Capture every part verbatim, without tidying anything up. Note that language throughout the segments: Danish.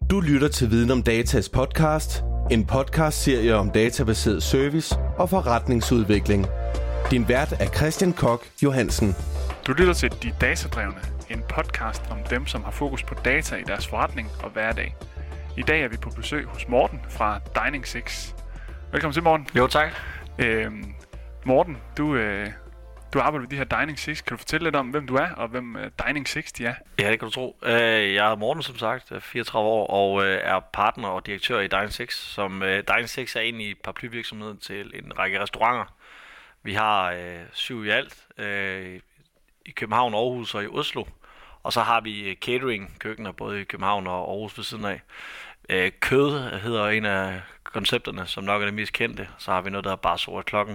Du lytter til Viden om Datas podcast, en podcast-serie om databaseret service og forretningsudvikling. Din vært er Christian Kok Johansen. Du lytter til De Datadrevne, en podcast om dem, som har fokus på data i deres forretning og hverdag. I dag er vi på besøg hos Morten fra Dining six. Velkommen til, Morten. Jo, tak. Øhm, Morten, du, øh, du arbejder ved de her Dining six. Kan du fortælle lidt om, hvem du er, og hvem øh, Dining six de er? Ja, det kan du tro. Jeg er Morten, som sagt, fireogtredive år, og er partner og direktør i Dining six. Som, Dining six er egentlig paraplyvirksomhed til en række restauranter. Vi har øh, syv i alt, øh, i København, Aarhus og i Oslo. Og så har vi catering-køkkener, både i København og Aarhus ved siden af. Øh, kød hedder en af koncepterne, som nok er det mest kendte. Så har vi noget, der er bare sort klokken.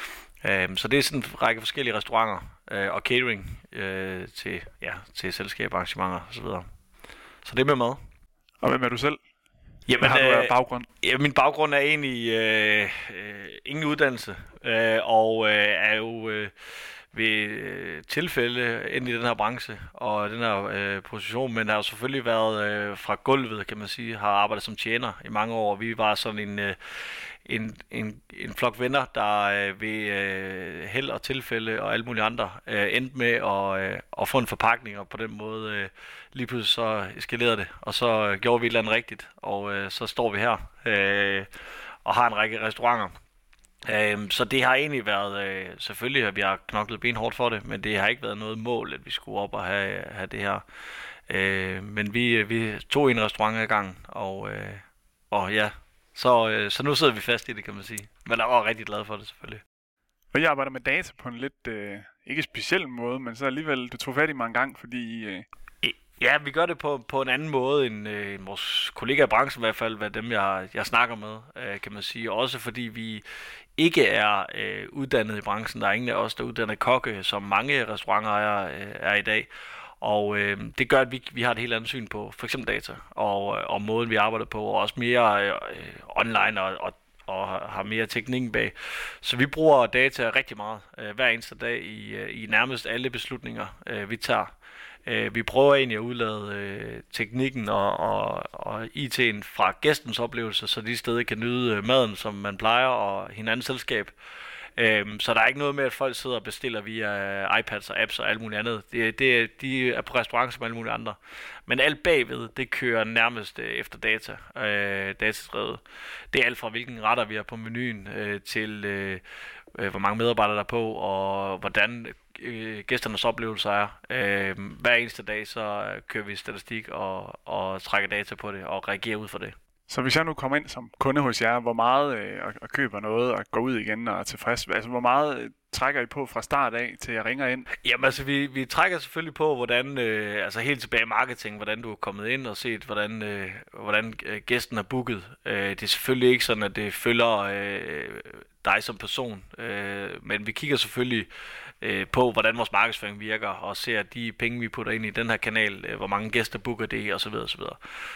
Øh, så det er sådan en række forskellige restauranter øh, og catering øh, til, ja, til selskaber, arrangementer osv. Så, så det er med mad. Og hvem er du selv? Jamen, Hvad har du af baggrund? Ja, min baggrund er egentlig øh, øh, ingen uddannelse, øh, og øh, er jo øh, ved øh, tilfælde ind i den her branche og den her øh, position, men har jo selvfølgelig været øh, fra gulvet, kan man sige, har arbejdet som tjener i mange år. Vi var sådan en, øh, en, en, en flok venner, der øh, ved øh, held og tilfælde og alle mulige andre øh, endte med at, øh, at få en forpakning, og på den måde øh, lige pludselig så eskalerede det, og så øh, gjorde vi et eller andet rigtigt, og øh, så står vi her øh, og har en række restauranter. Øh, så det har egentlig været, øh, selvfølgelig at vi har knoklet benhårdt for det, men det har ikke været noget mål, at vi skulle op og have, have det her. Øh, men vi, vi tog en restaurant ad gangen, og, øh, og ja, så, øh, så nu sidder vi fast i det, kan man sige. Men jeg var rigtig glad for det, selvfølgelig. Og jeg arbejder med data på en lidt, øh, ikke speciel måde, men så alligevel, du tog fat i mig en gang, fordi... Øh... Ja, vi gør det på, på en anden måde end øh, vores kollegaer i branchen i hvert fald, hvad dem jeg, jeg snakker med, øh, kan man sige. Også fordi vi ikke er øh, uddannet i branchen. Der er ingen af os, der er uddannet kokke, som mange restaurantejere øh, er i dag. Og øh, det gør, at vi, vi har et helt andet syn på for eksempel data og, og måden, vi arbejder på, og også mere øh, online og, og og har mere teknik bag. Så vi bruger data rigtig meget øh, hver eneste dag i, øh, i nærmest alle beslutninger, øh, vi tager. Øh, vi prøver egentlig at udlade øh, teknikken og, og, og I T'en fra gæstens oplevelse, så de steder kan nyde øh, maden, som man plejer, og hinandens selskab. Øhm, så der er ikke noget med, at folk sidder og bestiller via iPads og apps og alt muligt andet. Det, det, de er på restaurant som alle mulige andre. Men alt bagved, det kører nærmest øh, efter data. Øh, datadrevet. Det er alt fra, hvilken retter vi har på menuen, øh, til øh, øh, hvor mange medarbejdere der er på, og hvordan øh, gæsternes oplevelser er. Øh, hver eneste dag, så kører vi statistik og, og trækker data på det, og reagerer ud for det. Så hvis jeg nu kommer ind som kunde hos jer, hvor meget øh, og køber noget og går ud igen og er tilfreds, altså hvor meget øh, trækker I på fra start af, til jeg ringer ind? Jamen altså, vi, vi trækker selvfølgelig på, hvordan, øh, altså helt tilbage i marketing, hvordan du er kommet ind og set, hvordan, øh, hvordan øh, gæsten er booket. Øh, det er selvfølgelig ikke sådan, at det følger øh, dig som person, øh, men vi kigger selvfølgelig øh, på, hvordan vores markedsføring virker, og ser de penge, vi putter ind i den her kanal, øh, hvor mange gæster booker det, og så videre, og så videre.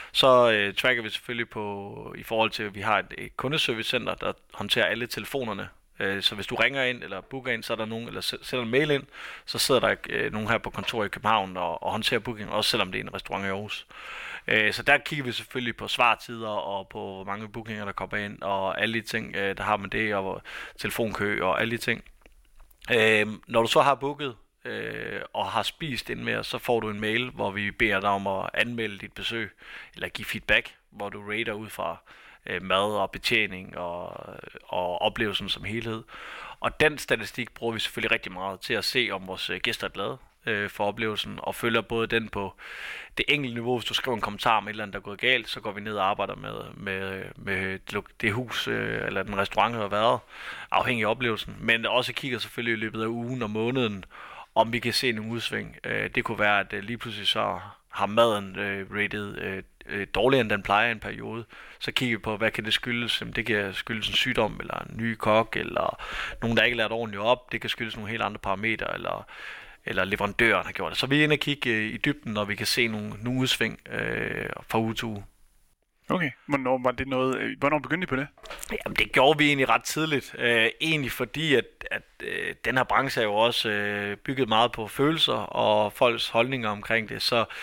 Så øh, tracker vi selvfølgelig på, i forhold til, at vi har et, et kundeservicecenter, der håndterer alle telefonerne. Så hvis du ringer ind eller booker ind, så er der nogen, eller sender en mail ind, så sidder der øh, nogen her på kontoret i København og, og håndterer booking, også selvom det er en restaurant i Aarhus. Øh, så der kigger vi selvfølgelig på svartider og på hvor mange bookinger, der kommer ind, og alle de ting, øh, der har med det, og telefonkø og alle de ting. Øh, når du så har booket øh, og har spist ind med os, så får du en mail, hvor vi beder dig om at anmelde dit besøg, eller give feedback, hvor du rater ud fra mad og betjening og, og oplevelsen som helhed. Og den statistik bruger vi selvfølgelig rigtig meget til at se, om vores gæster er glade øh, for oplevelsen, og følger både den på det enkelte niveau. Hvis du skriver en kommentar om et eller andet, der er gået galt, så går vi ned og arbejder med, med, med det hus øh, eller den restaurant, der har været, afhængig af oplevelsen. Men også kigger selvfølgelig i løbet af ugen og måneden, om vi kan se nogle udsving. Øh, det kunne være, at øh, lige pludselig så har maden øh, rated øh, dårligere end den plejer i en periode, så kigger vi på, hvad kan det skyldes. Jamen, det kan skyldes en sygdom, eller en ny kok, eller nogen, der ikke lært ordentligt op. Det kan skyldes nogle helt andre parametre, eller, eller leverandøren har gjort det. Så vi er inde og kigge i dybden, når vi kan se nogle, nogle udsving øh, fra uge til uge. Okay, hvornår var det noget, hvornår begyndte I på det? Jamen, det gjorde vi egentlig ret tidligt. Øh, egentlig fordi, at, at øh, den her branche er jo også øh, bygget meget på følelser og folks holdninger omkring det. Så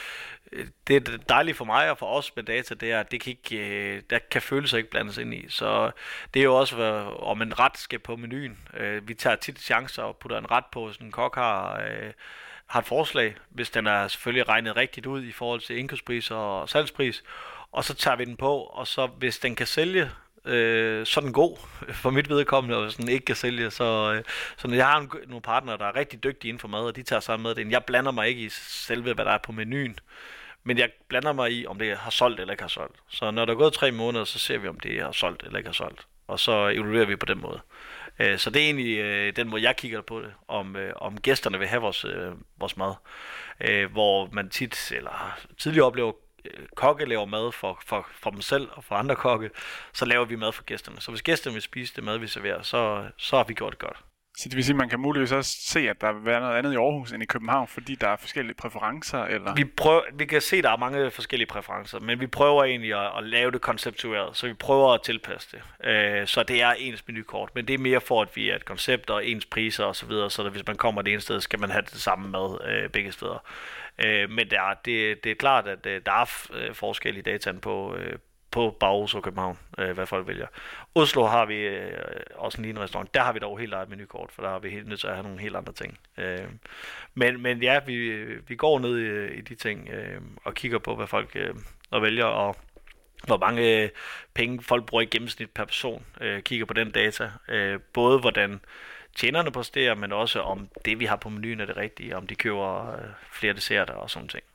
det dejlige for mig og for os med data, det er, at det kan ikke, der kan følelser ikke blandes ind i. Så det er jo også, om en ret skal på menuen. Vi tager tit chancer og putter en ret på, sådan en kok har, har et forslag, hvis den er selvfølgelig regnet rigtigt ud i forhold til indkøbspris og salgspris, og så tager vi den på, og så hvis den kan sælge, Øh, så er den god for mit vedkommende, og hvis den ikke kan sælge, så, øh, så når jeg har en, nogle partnere, der er rigtig dygtige inden for mad, og de tager sammen med det. Jeg blander mig ikke i selve, hvad der er på menuen, men jeg blander mig i, om det har solgt eller ikke har solgt. Så når der er gået tre måneder, så ser vi, om det har solgt eller ikke har solgt, og så evaluerer vi på den måde. Øh, så det er egentlig øh, den måde, jeg kigger på det, om, øh, om gæsterne vil have vores, øh, vores mad, øh, hvor man tit, eller tidligere oplever, kokke laver mad for, for, for dem selv og for andre kokke, så laver vi mad for gæsterne. Så hvis gæsterne vil spise det mad, vi serverer, så, så har vi gjort det godt. Så det vil sige, at man kan muligvis også se, at der vil være noget andet i Aarhus end i København, fordi der er forskellige præferencer? Eller? Vi, prøver, vi kan se, at der er mange forskellige præferencer, men vi prøver egentlig at, at lave det konceptuelt, så vi prøver at tilpasse det. Øh, så det er ens menukort, men det er mere for, at vi er et koncept og ens priser osv., så, videre, så der, hvis man kommer det ene sted, skal man have det samme mad øh, begge steder. Øh, men der, det, det er klart, at øh, der er øh, forskel i dataen på, øh, på Aarhus og København, øh, hvad folk vælger. Oslo har vi øh, også en lignende restaurant. Der har vi dog helt eget menukort, for der har vi helt nødt til at have nogle helt andre ting. Øh, men, men ja, vi, vi går ned i, i de ting øh, og kigger på, hvad folk øh, vælger, og hvor mange øh, penge folk bruger i gennemsnit per person. Øh, kigger på den data. Øh, både hvordan tjenerne præsterer, men også om det, vi har på menuen, er det rigtige, om de køber øh, flere desserter og sådan ting.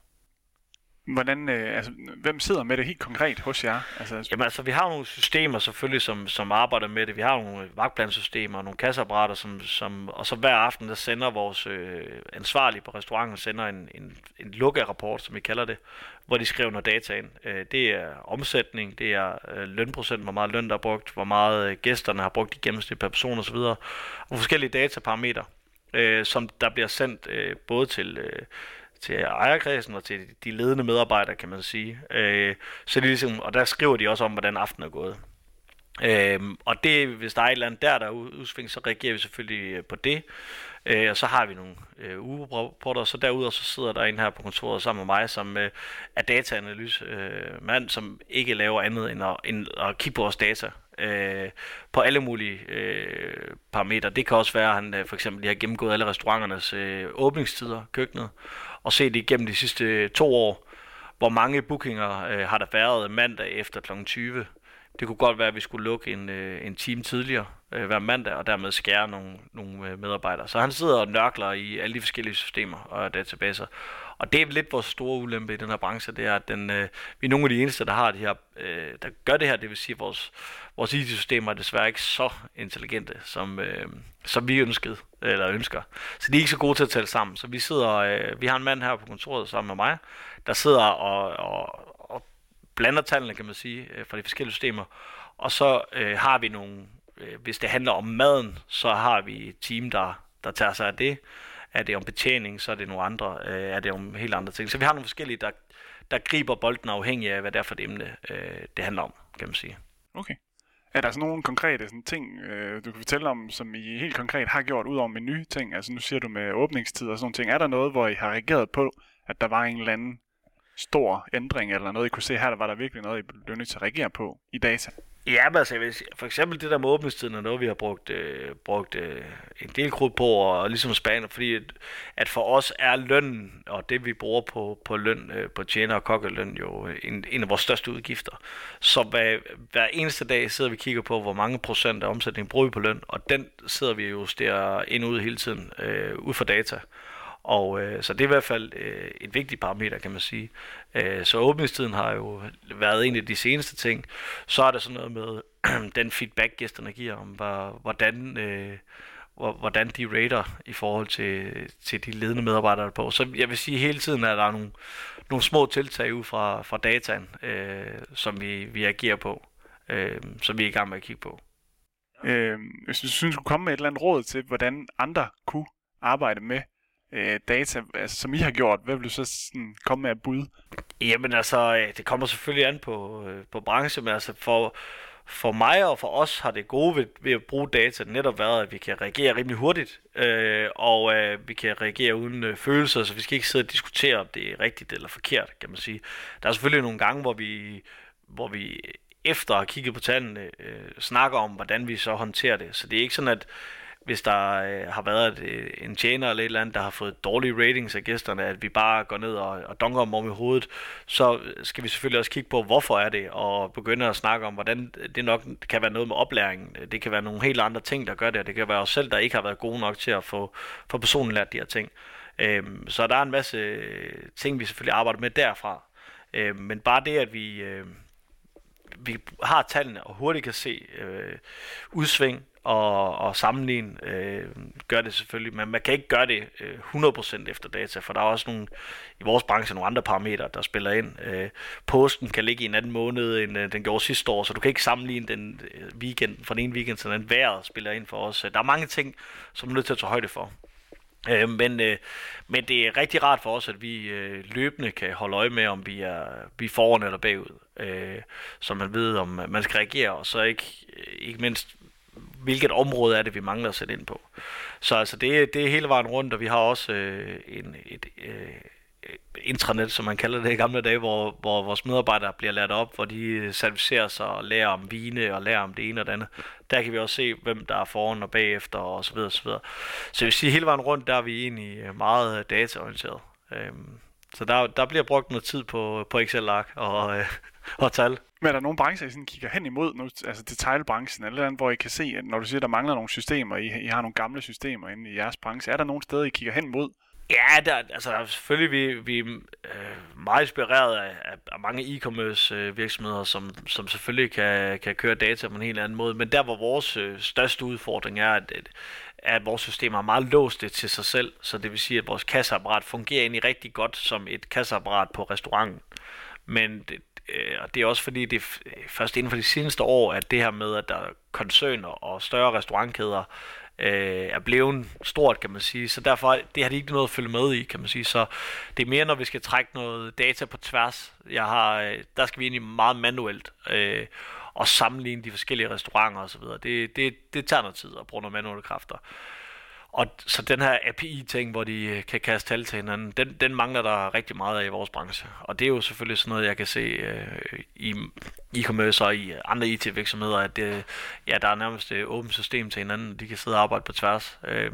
Hvordan, øh, altså, hvem sidder med det helt konkret hos jer? Altså, Jamen altså, vi har nogle systemer selvfølgelig, som, som arbejder med det. Vi har nogle vagtplansystemer og nogle kasseapparater, som, som, og så hver aften, der sender vores øh, ansvarlige på restauranten, sender en, en, en lukket-rapport, som vi kalder det, hvor de skriver noget data ind. Øh, det er omsætning, det er øh, lønprocent, hvor meget løn der er brugt, hvor meget øh, gæsterne har brugt i gennemsnit per person osv., og forskellige dataparametre, øh, som der bliver sendt øh, både til... Øh, til ejerkredsen og til de ledende medarbejdere, kan man sige. Øh, så det er ligesom, og der skriver de også om, hvordan aftenen er gået. Øh, og det, hvis der er et eller andet der, der er udsving, så reagerer vi selvfølgelig på det. Øh, og så har vi nogle øh, ugerapporter, og så derudover så sidder der en her på kontoret sammen med mig, som øh, er dataanalyse øh, mand, som ikke laver andet end at, end at kigge på vores data. Øh, på alle mulige øh, parametre. Det kan også være, at han øh, for eksempel har gennemgået alle restauranternes øh, åbningstider, køkkenet, og set igennem de sidste to år, hvor mange bookinger øh, har der været mandag efter klokken tyve. Det kunne godt være, at vi skulle lukke en, øh, en time tidligere øh, hver mandag, og dermed skære nogle, nogle øh, medarbejdere. Så han sidder og nørkler i alle de forskellige systemer og databaser. Og det er lidt vores store ulempe i den her branche, det er, at den, øh, vi er nogle af de eneste, der har det her, øh, der gør det her, det vil sige, at vores, vores I T-systemer er desværre ikke så intelligente, som, øh, som vi ønskede, eller ønsker. Så de er ikke så gode til at tale sammen. Så vi sidder, øh, vi har en mand her på kontoret sammen med mig, der sidder og, og, og blander tallene, kan man sige, øh, fra de forskellige systemer. Og så øh, har vi nogle, øh, hvis det handler om maden, så har vi et team, der, der tager sig af det. Er det om betjening, så er det nogle andre, øh, er det om helt andre ting. Så vi har nogle forskellige, der, der griber bolden afhængig af, hvad det er for et emne, øh, det handler om, kan man sige. Okay. Er der sådan nogle konkrete sådan, ting, øh, du kan fortælle om, som I helt konkret har gjort ud over menu-ting? Altså nu siger du med åbningstid og sådan nogle ting. Er der noget, hvor I har reageret på, at der var en eller anden stor ændring, eller noget, I kunne se her, der var der virkelig noget, I blev nødt til at reagere på i data? Ja, men altså, for eksempel det der med åbningstiden er noget, vi har brugt, øh, brugt øh, en del krudt på, og ligesom spane, fordi at, at for os er lønnen, og det vi bruger på, på løn, øh, på tjener- og kokkeløn, jo en, en af vores største udgifter. Så hver, hver eneste dag sidder vi og kigger på, hvor mange procent af omsætningen bruger vi på løn, og den sidder vi jo der ind og ud hele tiden, øh, ud fra data. Og øh, så det er i hvert fald øh, et vigtigt parameter, kan man sige. Øh, så åbningstiden har jo været en af de seneste ting. Så er der sådan noget med den feedback, gæsterne giver om, hvordan, øh, hvordan de rater i forhold til, til de ledende medarbejdere på. Så jeg vil sige, hele tiden er der nogle, nogle små tiltag ud fra, fra dataen, øh, som vi, vi agerer på, øh, som vi er i gang med at kigge på. Øh, hvis du synes, du kunne komme med et eller andet råd til, hvordan andre kunne arbejde med data, altså, som I har gjort, hvad vil du så sådan komme med at bud? Jamen altså, det kommer selvfølgelig an på, på branchen, men altså for, for mig og for os har det gode ved, ved at bruge data netop været, at vi kan reagere rimelig hurtigt, øh, og øh, vi kan reagere uden øh, følelser, så vi skal ikke sidde og diskutere, om det er rigtigt eller forkert, kan man sige. Der er selvfølgelig nogle gange, hvor vi, hvor vi efter at have kigget på tallene, øh, snakker om, hvordan vi så håndterer det. Så det er ikke sådan, at hvis der øh, har været et, en tjener eller et eller andet, der har fået dårlige ratings af gæsterne, at vi bare går ned og, og donker dem om i hovedet, så skal vi selvfølgelig også kigge på, hvorfor er det, og begynde at snakke om, hvordan det nok kan være noget med oplæringen. Det kan være nogle helt andre ting, der gør det, og det kan være os selv, der ikke har været gode nok til at få, få personligt lært de her ting. Øhm, så der er en masse ting, vi selvfølgelig arbejder med derfra. Øhm, men bare det, at vi, øh, vi har tallene og hurtigt kan se øh, udsving, Og, og sammenligne, øh, gør det selvfølgelig, men man kan ikke gøre det øh, hundrede procent efter data, for der er også nogle, i vores branche nogle andre parametre, der spiller ind. Øh, posten kan ligge i en anden måned, end øh, den gjorde sidste år, så du kan ikke sammenligne den øh, weekend, fra den ene weekend til den anden. Vejret spiller ind for os. Der er mange ting, som er nødt til at tage højde for. Øh, men, øh, men det er rigtig rart for os, at vi øh, løbende kan holde øje med, om vi er, vi er foran eller bagud, øh, så man ved, om man skal reagere, og så ikke, ikke mindst hvilket område er det, vi mangler at sætte ind på. Så altså, det, det er hele vejen rundt, og vi har også øh, en, et øh, intranet, som man kalder det i gamle dage, hvor, hvor vores medarbejdere bliver lært op, hvor de certificerer sig og lærer om vine og lærer om det ene og det andet. Der kan vi også se, hvem der er foran og bagefter og så videre og så videre. Så jeg vil sige, hele vejen rundt, der er vi egentlig meget dataorienteret. Øhm, så der, der bliver brugt noget tid på, på Excel-ark og, øh, og tal. Men er der nogle brancher, I sådan kigger hen imod nu, altså detailbranchen, eller andet, hvor I kan se, at når du siger, at der mangler nogle systemer, I, I har nogle gamle systemer inde i jeres branche, er der nogle steder, I kigger hen imod? Ja, der, altså selvfølgelig vi vi er øh, meget inspireret af, af mange e-commerce øh, virksomheder, som, som selvfølgelig kan, kan køre data på en helt anden måde, men der hvor vores øh, største udfordring er, at, at, at vores systemer er meget låste til sig selv, så det vil sige, at vores kasseapparat fungerer egentlig rigtig godt som et kasseapparat på restauranten, men det, og det er også fordi, det er først inden for de seneste år, at det her med, at der er koncerner og større restaurantkæder øh, er blevet stort, kan man sige. Så derfor det har de ikke noget at følge med i, kan man sige. Så det er mere, når vi skal trække noget data på tværs. Jeg har, der skal vi egentlig meget manuelt øh, og sammenligne de forskellige restauranter og så videre. Det, det, det tager noget tid at bruge nogle manuelle kræfter. Og så den her A P I-ting, hvor de kan kaste tal til hinanden, den, den mangler der rigtig meget af i vores branche. Og det er jo selvfølgelig sådan noget, jeg kan se øh, i e-commerce og i andre I T-virksomheder, at øh, ja, der er nærmest et åbent system til hinanden, de kan sidde og arbejde på tværs. Øh,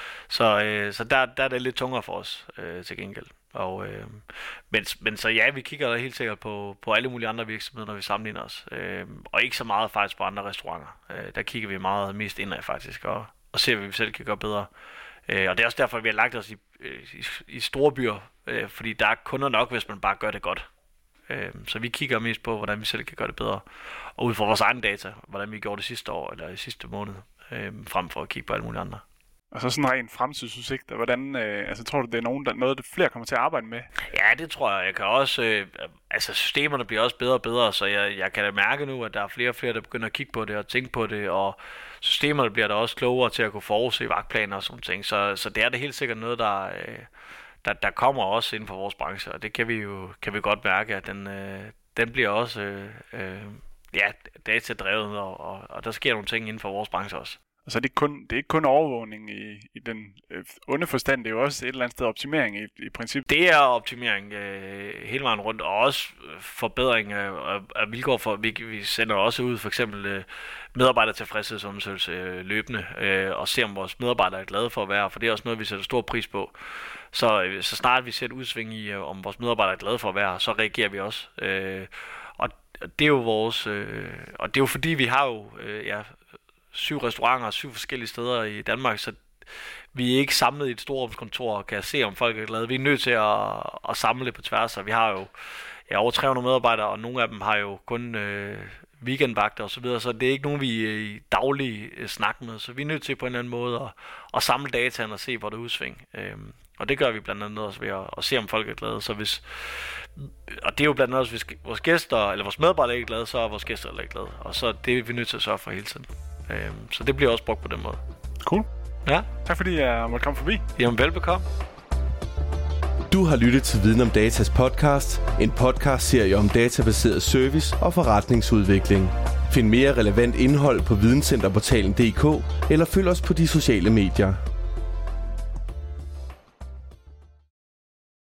så øh, så der, der er det lidt tungere for os øh, til gengæld. Og, øh, men, men så ja, vi kigger da helt sikkert på, på alle mulige andre virksomheder, når vi sammenligner os. Øh, og ikke så meget faktisk på andre restauranter. Øh, der kigger vi meget mest indad faktisk, og og se, hvad vi selv kan gøre bedre. Øh, og det er også derfor, at vi har lagt os i, i, i store byer, øh, fordi der er kunder nok, hvis man bare gør det godt. Øh, så vi kigger mest på, hvordan vi selv kan gøre det bedre. Og ud fra vores egen data, hvordan vi gjorde det sidste år, eller i sidste måned, øh, frem for at kigge på alle mulige andre. Og så sådan rent fremtidsudsigt, hvordan, øh, altså tror du, det er nogen, der, noget, der flere kommer til at arbejde med? Ja, det tror jeg. Jeg kan også, øh, altså systemerne bliver også bedre og bedre, så jeg, jeg kan da mærke nu, at der er flere og flere, der begynder at kigge på det og tænke på det, og systemerne bliver da også klogere til at kunne forudse vagtplaner og sådan ting. Så, så det er da helt sikkert noget, der, øh, der, der kommer også inden for vores branche, og det kan vi jo kan vi godt mærke, at den, øh, den bliver også øh, øh, ja, datadrevet, og, og, og der sker nogle ting inden for vores branche også. Og så er det ikke kun, det er ikke kun overvågning i, i den øh, onde forstand, det er jo også et eller andet sted optimering i, i princippet. Det er optimering øh, hele vejen rundt, og også forbedring af, af, af vilkår for, vi, vi sender også ud for eksempel øh, medarbejdertilfredshedsundersøgelse øh, løbende, øh, og ser om vores medarbejdere er glade for at være, for det er også noget, vi sætter stor pris på. Så, øh, så snart vi ser et udsving i, øh, om vores medarbejdere er glade for at være, så reagerer vi også. Øh, og det er jo vores, øh, og det er jo fordi, vi har jo, øh, ja, syv restauranter og syv forskellige steder i Danmark, så vi er ikke samlet i et storrumskontor og kan se, om folk er glade. Vi er nødt til at, at samle det på tværs, og vi har jo ja, over tre hundrede medarbejdere, og nogle af dem har jo kun øh, weekendvagter og så videre, så det er ikke nogen, vi er i daglig øh, snak med, så vi er nødt til på en eller anden måde at, at samle dataen og se, hvor det er udsving. Øhm, og det gør vi blandt andet også ved at, at se, om folk er glade. Så hvis, og det er jo blandt andet også, hvis vores gæster, eller vores medarbejdere er ikke glade, så er vores gæster heller ikke glade. Og så det er vi nødt til at sørge for hele tiden. Øhm, så det bliver også brugt på den måde. Cool. Ja. Tak fordi jeg måtte komme forbi. Jamen velbekomme. Du har lyttet til Viden om Datas podcast, en podcast-serie om databaseret service og forretningsudvikling. Find mere relevant indhold på videncenterportalen punktum d k eller følg os på de sociale medier.